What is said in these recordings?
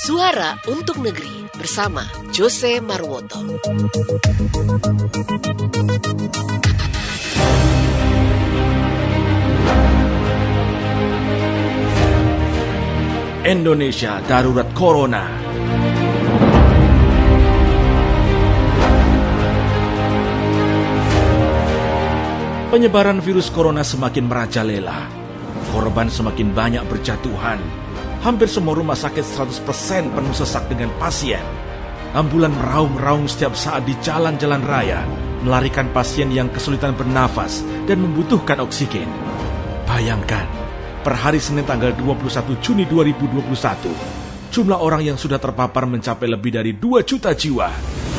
Suara untuk Negeri bersama Jose Marwoto. Indonesia darurat corona. Penyebaran virus corona semakin merajalela. Korban semakin banyak berjatuhan. Hampir semua rumah sakit 100% penuh sesak dengan pasien. Ambulan meraung-raung setiap saat di jalan-jalan raya, melarikan pasien yang kesulitan bernafas dan membutuhkan oksigen. Bayangkan, per hari Senin tanggal 21 Juni 2021, jumlah orang yang sudah terpapar mencapai lebih dari 2 juta jiwa.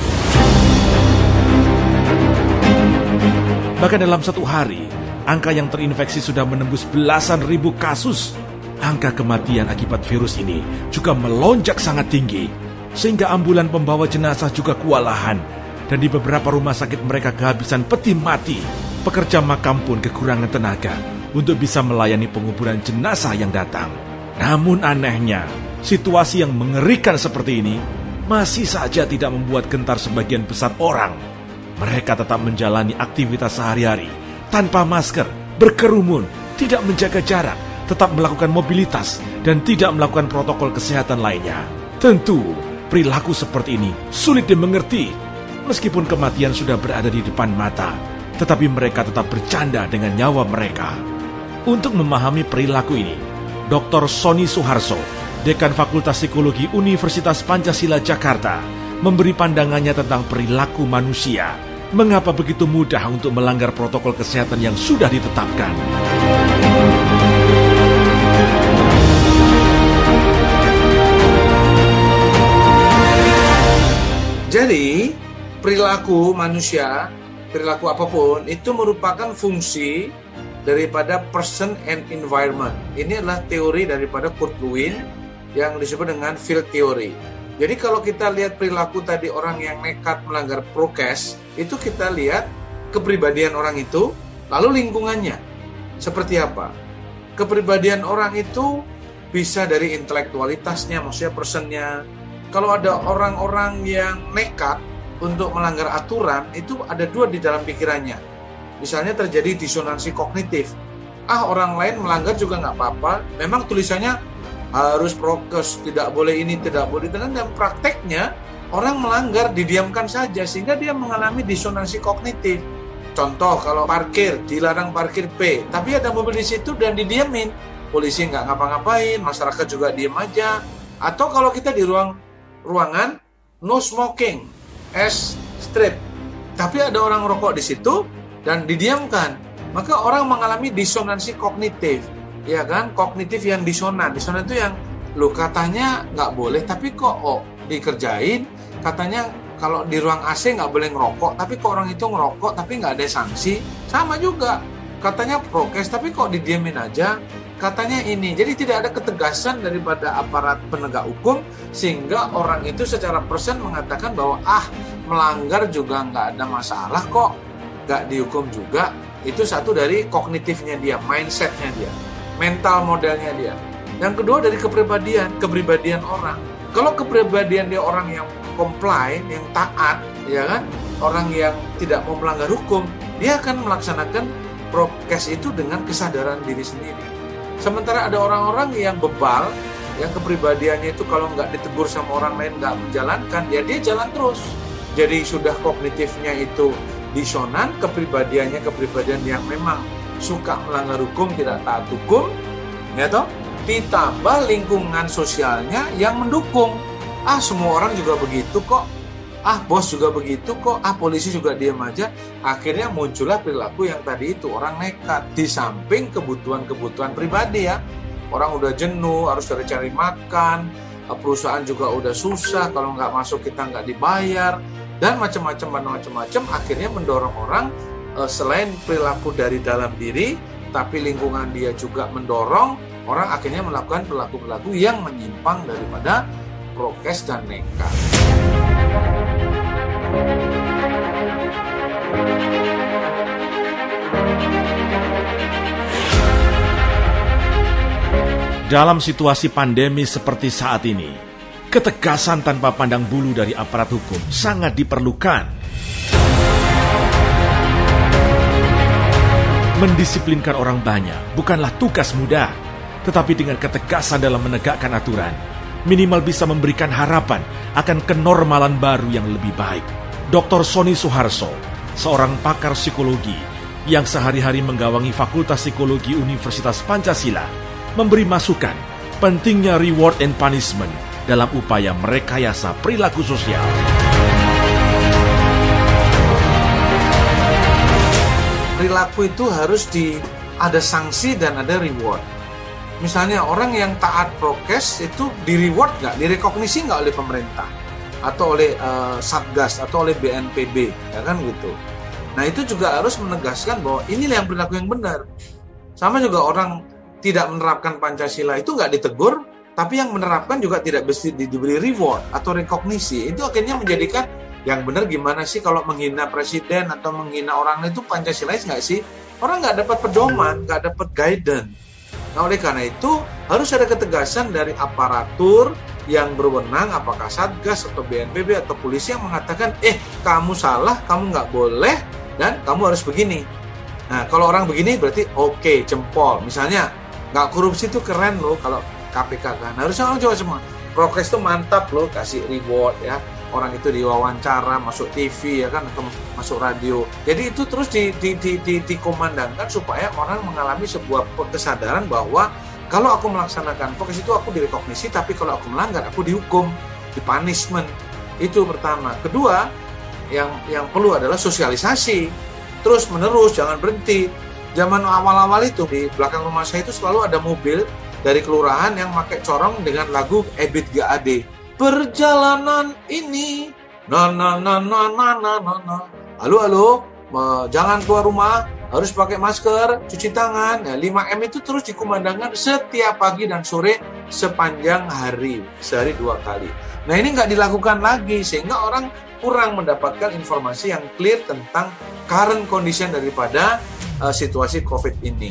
Bahkan dalam satu hari, angka yang terinfeksi sudah menembus belasan ribu kasus. Angka kematian akibat virus ini juga melonjak sangat tinggi, sehingga ambulan pembawa jenazah juga kewalahan, dan di beberapa rumah sakit mereka kehabisan peti mati. Pekerja makam pun kekurangan tenaga untuk bisa melayani penguburan jenazah yang datang. Namun anehnya, situasi yang mengerikan seperti ini masih saja tidak membuat gentar sebagian besar orang. Mereka tetap menjalani aktivitas sehari-hari tanpa masker, berkerumun, tidak menjaga jarak, tetap melakukan mobilitas, dan tidak melakukan protokol kesehatan lainnya. Tentu, perilaku seperti ini sulit dimengerti. Meskipun kematian sudah berada di depan mata, tetapi mereka tetap bercanda dengan nyawa mereka. Untuk memahami perilaku ini, Dr. Sony Suharso, Dekan Fakultas Psikologi Universitas Pancasila Jakarta, memberi pandangannya tentang perilaku manusia. Mengapa begitu mudah untuk melanggar protokol kesehatan yang sudah ditetapkan? Jadi, perilaku manusia, perilaku apapun, itu merupakan fungsi daripada person and environment. Ini adalah teori daripada Kurt Lewin yang disebut dengan field theory. Jadi kalau kita lihat perilaku tadi orang yang nekat melanggar prokes, itu kita lihat kepribadian orang itu, lalu lingkungannya. Seperti apa? Kepribadian orang itu bisa dari intelektualitasnya, maksudnya personnya. Kalau ada orang-orang yang nekat untuk melanggar aturan, itu ada dua di dalam pikirannya. Misalnya terjadi disonansi kognitif. Orang lain melanggar juga nggak apa-apa. Memang tulisannya harus prokes, tidak boleh ini, tidak boleh itu. Dan prakteknya, orang melanggar didiamkan saja, sehingga dia mengalami disonansi kognitif. Contoh, kalau parkir, dilarang parkir P, tapi ada mobil di situ dan didiamin. Polisi nggak ngapa-ngapain, masyarakat juga diam aja. Atau kalau kita di ruangan, no smoking, S strip, tapi ada orang rokok di situ dan didiamkan, maka orang mengalami disonansi kognitif, ya kan? Kognitif yang disonan itu yang lo katanya nggak boleh, tapi kok dikerjain. Katanya kalau di ruang AC nggak boleh ngerokok, tapi kok orang itu ngerokok, tapi nggak ada sanksi. Sama juga, katanya prokes, tapi kok didiamin aja. Katanya ini, jadi tidak ada ketegasan daripada aparat penegak hukum, sehingga orang itu secara persen mengatakan bahwa melanggar juga nggak ada masalah kok, nggak dihukum juga. Itu satu dari kognitifnya dia, mindsetnya dia, mental modelnya dia. Yang kedua dari kepribadian orang. Kalau kepribadian dia orang yang comply, yang taat, ya kan, orang yang tidak mau melanggar hukum, dia akan melaksanakan prokes itu dengan kesadaran diri sendiri. Sementara ada orang-orang yang bebal, yang kepribadiannya itu kalau nggak ditegur sama orang lain nggak menjalankan, ya dia jalan terus. Jadi sudah kognitifnya itu disonan, kepribadian yang memang suka melanggar hukum, tidak taat hukum, ya toh, ditambah lingkungan sosialnya yang mendukung. Semua orang juga begitu kok. Bos juga begitu kok. Polisi juga diam aja. Akhirnya muncullah perilaku yang tadi itu, orang nekat. Di samping kebutuhan pribadi ya. Orang udah jenuh, harus cari makan. Perusahaan juga udah susah. Kalau nggak masuk kita nggak dibayar. Dan macam-macam. Akhirnya mendorong orang, selain perilaku dari dalam diri, tapi lingkungan dia juga mendorong orang akhirnya melakukan perilaku-perilaku yang menyimpang daripada prokes dan nekat. Dalam situasi pandemi seperti saat ini, ketegasan tanpa pandang bulu dari aparat hukum sangat diperlukan. Mendisiplinkan orang banyak bukanlah tugas mudah, tetapi dengan ketegasan dalam menegakkan aturan, minimal bisa memberikan harapan akan kenormalan baru yang lebih baik. Dr. Sony Suharso, seorang pakar psikologi yang sehari-hari menggawangi Fakultas Psikologi Universitas Pancasila, memberi masukan pentingnya reward and punishment dalam upaya merekayasa perilaku sosial. Perilaku itu harus ada sanksi dan ada reward. Misalnya orang yang taat prokes itu di reward nggak, direkognisi nggak oleh pemerintah atau oleh Satgas atau oleh BNPB, ya kan gitu. Nah itu juga harus menegaskan bahwa inilah yang perilaku yang benar. Sama juga orang tidak menerapkan Pancasila itu nggak ditegur, tapi yang menerapkan juga tidak mesti diberi reward atau rekognisi. Itu akhirnya menjadikan yang benar gimana sih kalau menghina presiden atau menghina orang itu Pancasilais nggak sih? Orang nggak dapat pedoman, nggak dapat guidance. Nah oleh karena itu harus ada ketegasan dari aparatur yang berwenang, apakah Satgas atau BNPB atau polisi yang mengatakan, kamu salah, kamu nggak boleh, dan kamu harus begini. Nah kalau orang begini berarti oke, jempol. Misalnya nggak korupsi itu keren loh kalau KPK kan. Harusnya orang coba semua. Prokes itu mantap loh, kasih reward ya. Orang itu diwawancara, masuk TV ya kan, atau masuk radio. Jadi itu terus dikomandangkan supaya orang mengalami sebuah kesadaran bahwa kalau aku melaksanakan prokes itu aku direkognisi, tapi kalau aku melanggar aku dihukum, di-punishment. Itu pertama. Kedua, yang perlu adalah sosialisasi. Terus menerus, jangan berhenti. Zaman awal-awal itu di belakang rumah saya itu selalu ada mobil dari kelurahan yang pakai corong dengan lagu Ebit GAD. Perjalanan ini, halo, jangan keluar rumah, harus pakai masker, cuci tangan. Nah, 5M itu terus dikumandangkan setiap pagi dan sore sepanjang hari, sehari 2 kali. Nah ini nggak dilakukan lagi, sehingga orang kurang mendapatkan informasi yang clear tentang current condition daripada situasi COVID ini.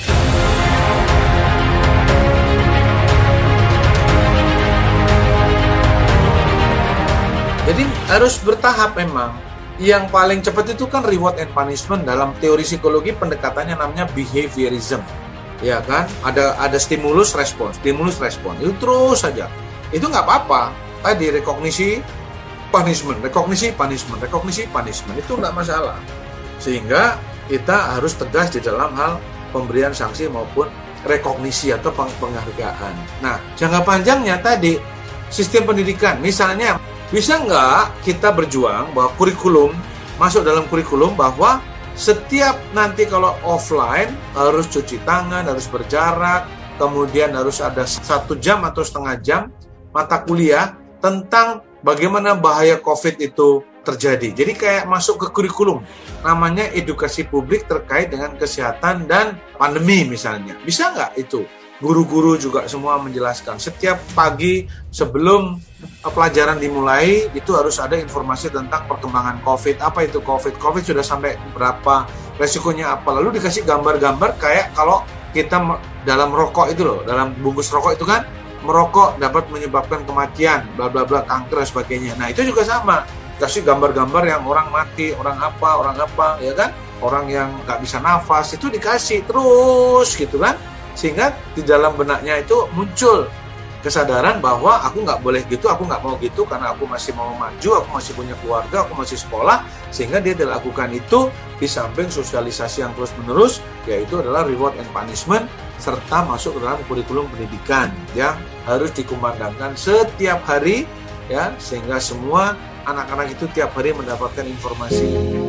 Jadi harus bertahap memang. Yang paling cepat itu kan reward and punishment. Dalam teori psikologi pendekatannya namanya behaviorism. Ya kan? Ada stimulus respon. Itu terus saja. Itu nggak apa-apa. Tadi rekognisi punishment. Itu nggak masalah. Sehingga kita harus tegas di dalam hal pemberian sanksi maupun rekognisi atau penghargaan. Nah, jangka panjangnya tadi sistem pendidikan. Misalnya bisa nggak kita berjuang bahwa kurikulum, masuk dalam kurikulum bahwa setiap nanti kalau offline harus cuci tangan, harus berjarak, kemudian harus ada 1 jam atau setengah jam mata kuliah tentang bagaimana bahaya COVID itu terjadi. Jadi kayak masuk ke kurikulum, namanya edukasi publik terkait dengan kesehatan dan pandemi misalnya. Bisa nggak itu? Guru-guru juga semua menjelaskan. Setiap pagi sebelum pelajaran dimulai, itu harus ada informasi tentang perkembangan COVID. Apa itu COVID? COVID sudah sampai berapa? Resikonya apa? Lalu dikasih gambar-gambar kayak kalau kita dalam rokok itu loh, dalam bungkus rokok itu kan, merokok dapat menyebabkan kematian, bla bla bla, kanker dan sebagainya. Nah itu juga sama. Kasih gambar-gambar yang orang mati, orang apa, ya kan? Orang yang nggak bisa nafas, itu dikasih terus gitu kan? Sehingga di dalam benaknya itu muncul kesadaran bahwa aku nggak boleh gitu, aku nggak mau gitu karena aku masih mau maju, aku masih punya keluarga, aku masih sekolah. Sehingga dia dilakukan itu di samping sosialisasi yang terus-menerus, yaitu adalah reward and punishment, serta masuk ke dalam kurikulum pendidikan yang harus dikumandangkan setiap hari, ya, sehingga semua anak-anak itu tiap hari mendapatkan informasi.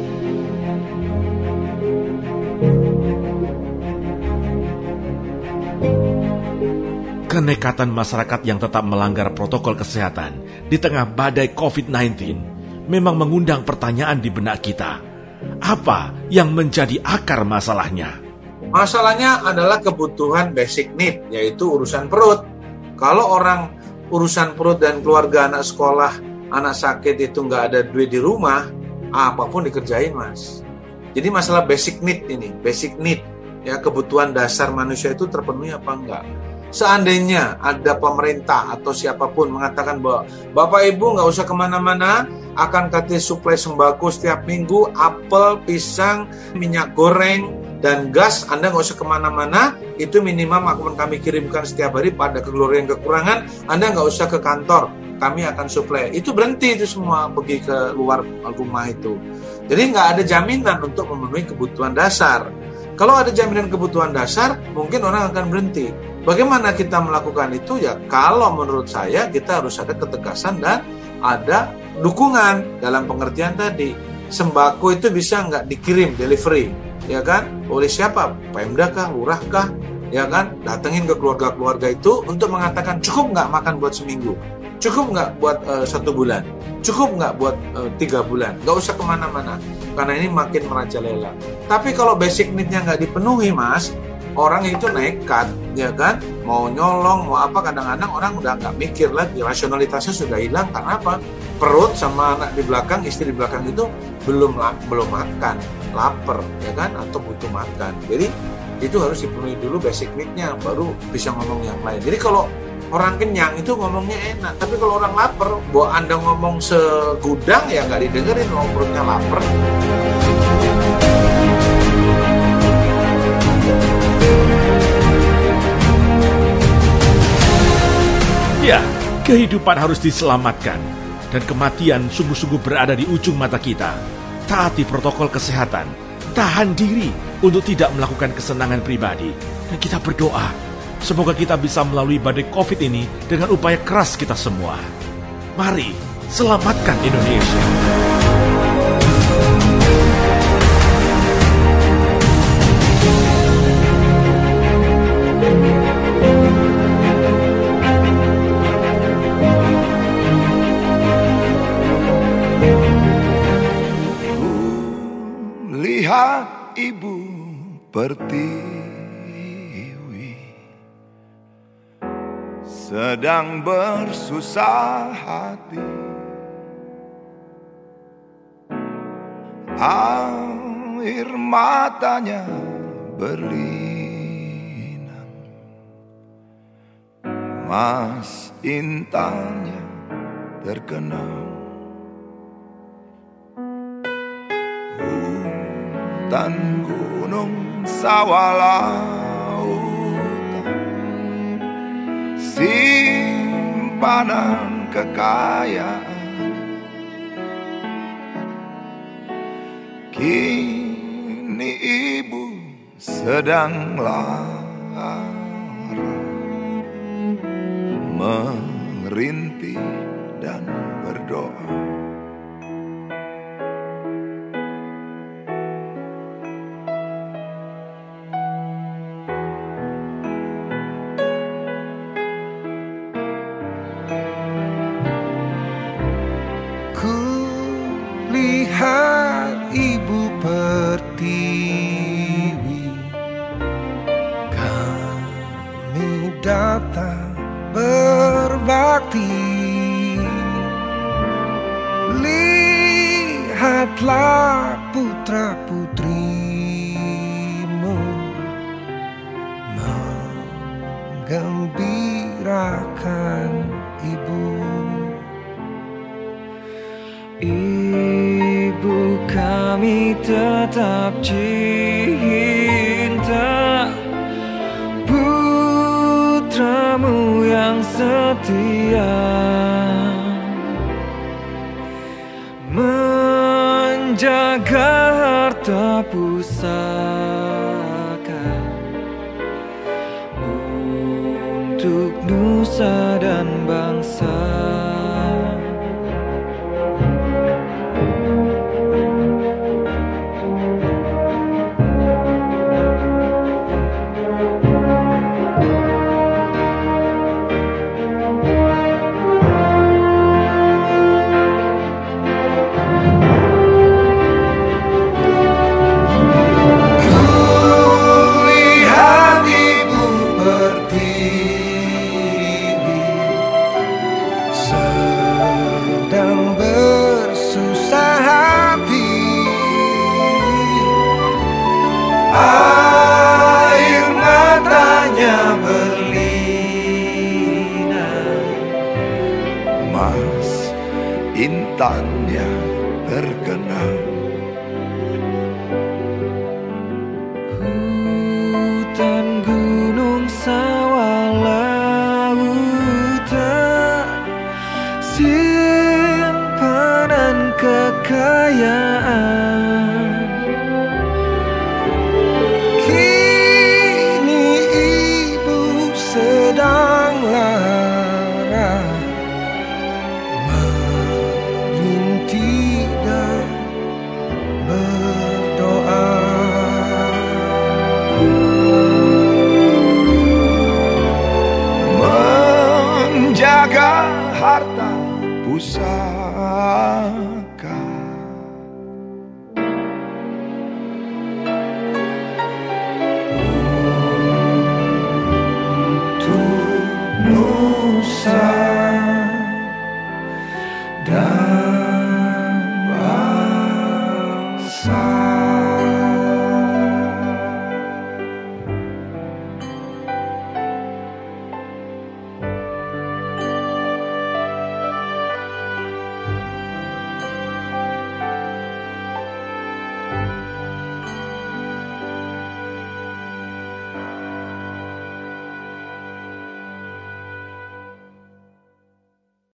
Kenekatan masyarakat yang tetap melanggar protokol kesehatan di tengah badai COVID-19 memang mengundang pertanyaan di benak kita. Apa yang menjadi akar masalahnya? Masalahnya adalah kebutuhan basic need, yaitu urusan perut. Kalau orang urusan perut dan keluarga, anak sekolah, anak sakit itu nggak ada duit di rumah, apapun dikerjain, Mas. Jadi masalah basic need ini, basic need, ya, kebutuhan dasar manusia itu terpenuhi apa enggak? Seandainya ada pemerintah atau siapapun mengatakan bahwa Bapak Ibu nggak usah kemana-mana, akan kasih suplai sembako setiap minggu, apel, pisang, minyak goreng, dan gas, Anda nggak usah kemana-mana, itu minimum akan kami kirimkan setiap hari. Pada kekurangan, Anda nggak usah ke kantor, kami akan suplai. Itu berhenti itu semua, pergi ke luar rumah itu. Jadi nggak ada jaminan untuk memenuhi kebutuhan dasar. Kalau ada jaminan kebutuhan dasar, mungkin orang akan berhenti. Bagaimana kita melakukan itu? Ya, kalau menurut saya kita harus ada ketegasan dan ada dukungan dalam pengertian tadi. Sembako itu bisa nggak dikirim, delivery, ya kan? Oleh siapa? Pemda kah? Lurah kah? Ya kan? Datengin ke keluarga-keluarga itu untuk mengatakan cukup nggak makan buat seminggu? Cukup nggak buat 1 bulan? Cukup nggak buat 3 bulan? Nggak usah kemana-mana, karena ini makin merajalela. Tapi kalau basic need-nya nggak dipenuhi, Mas, orang itu nekat, ya kan? Mau nyolong, mau apa, kadang-kadang orang udah nggak mikir lagi, rasionalitasnya sudah hilang. Karena apa? Perut sama anak di belakang, istri di belakang itu belum makan, lapar, ya kan? Atau butuh makan. Jadi itu harus dipenuhi dulu basic need-nya, baru bisa ngomong yang lain. Jadi kalau orang kenyang itu ngomongnya enak, tapi kalau orang lapar, bahwa Anda ngomong segudang ya nggak didengerin, kalau perutnya lapar. Ya, kehidupan harus diselamatkan dan kematian sungguh-sungguh berada di ujung mata kita. Taati protokol kesehatan, tahan diri untuk tidak melakukan kesenangan pribadi, dan kita berdoa semoga kita bisa melalui badai COVID ini dengan upaya keras kita semua. Mari selamatkan Indonesia. Lihat ibu pertiwi sedang bersusah hati, air matanya berlinang, mas intannya terkenang. Hutan, gunung, sawah, lautan, simpanan kekayaan, kini ibu sedang lara, merintih dan berdoa. Lihat ibu pertiwi, kami datang berbakti. Lihatlah putra putrimu menggembirakan ibu. Ibu kami tetap cinta putramu yang setia, menjaga harta pusaka untuk nusa dan bangsa. Sedang hutannya berkenang. Hutan, gunung, sawah, lautan, simpanan kekayaan. Kini ibu sedang lara, merintih dan berdoa. Menjaga harta pusaka, untuk nusa dan bangsa.